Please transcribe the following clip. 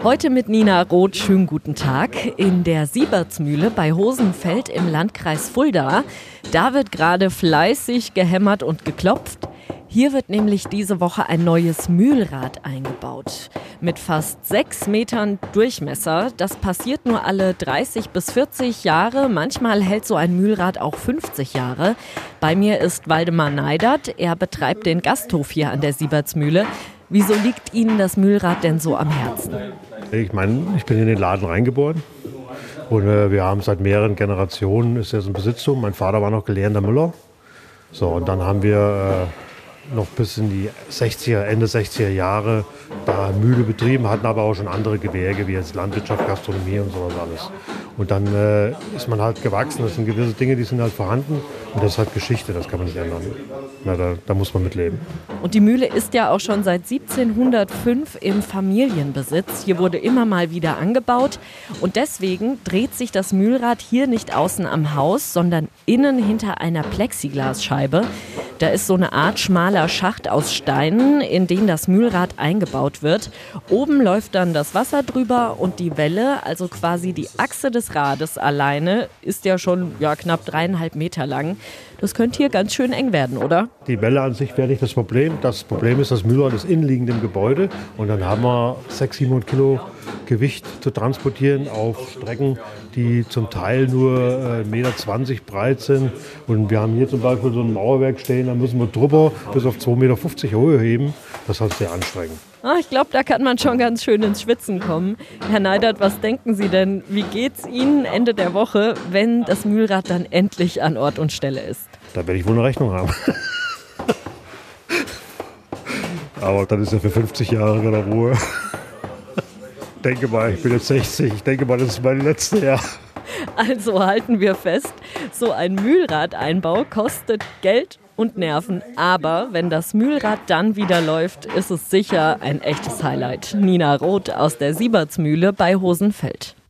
Heute mit Nina Roth. Schönen guten Tag. In der Siebertsmühle bei Hosenfeld im Landkreis Fulda. Da wird gerade fleißig gehämmert und geklopft. Hier wird nämlich diese Woche ein neues Mühlrad eingebaut. Mit fast 6 Metern Durchmesser. Das passiert nur alle 30 bis 40 Jahre. Manchmal hält so ein Mühlrad auch 50 Jahre. Bei mir ist Waldemar Neidert. Er betreibt den Gasthof hier an der Siebertsmühle. Wieso liegt Ihnen das Mühlrad denn so am Herzen? Ich bin in den Laden reingeboren und wir haben seit mehreren Generationen, ist jetzt ein Besitztum. Mein Vater war noch gelernter Müller. So, und dann haben wir noch bis in die Ende 60er Jahre da Mühle betrieben, hatten aber auch schon andere Gewerke wie jetzt Landwirtschaft, Gastronomie und sowas alles. Und dann ist man halt gewachsen, das sind gewisse Dinge, die sind halt vorhanden und das ist halt Geschichte, das kann man nicht ändern. Na, da muss man mit leben. Und die Mühle ist ja auch schon seit 1705 im Familienbesitz. Hier wurde immer mal wieder angebaut und deswegen dreht sich das Mühlrad hier nicht außen am Haus, sondern innen hinter einer Plexiglasscheibe. Da ist so eine Art schmaler Schacht aus Steinen, in den das Mühlrad eingebaut wird. Oben läuft dann das Wasser drüber und die Welle, also quasi die Achse des Rades alleine, ist ja schon knapp 3,5 Meter lang. Das könnte hier ganz schön eng werden, oder? Die Welle an sich wäre nicht das Problem. Das Problem ist, das Mühlrad ist innenliegend im Gebäude und dann haben wir 600-700 Kilo Gewicht zu transportieren auf Strecken, die zum Teil nur 1,20 Meter breit sind. Und wir haben hier zum Beispiel so ein Mauerwerk stehen, da müssen wir drüber bis auf 2,50 Meter Höhe heben. Das ist halt sehr anstrengend. Ich glaube, da kann man schon ganz schön ins Schwitzen kommen. Herr Neidert, was denken Sie denn? Wie geht's Ihnen Ende der Woche, wenn das Mühlrad dann endlich an Ort und Stelle ist? Da werde ich wohl eine Rechnung haben. Aber dann ist ja für 50 Jahre wieder Ruhe. Ich denke mal, ich bin jetzt 60. Ich denke mal, das ist mein letztes Jahr. Also halten wir fest, so ein Mühlradeinbau kostet Geld und Nerven. Aber wenn das Mühlrad dann wieder läuft, ist es sicher ein echtes Highlight. Nina Roth aus der Siebertsmühle bei Hosenfeld.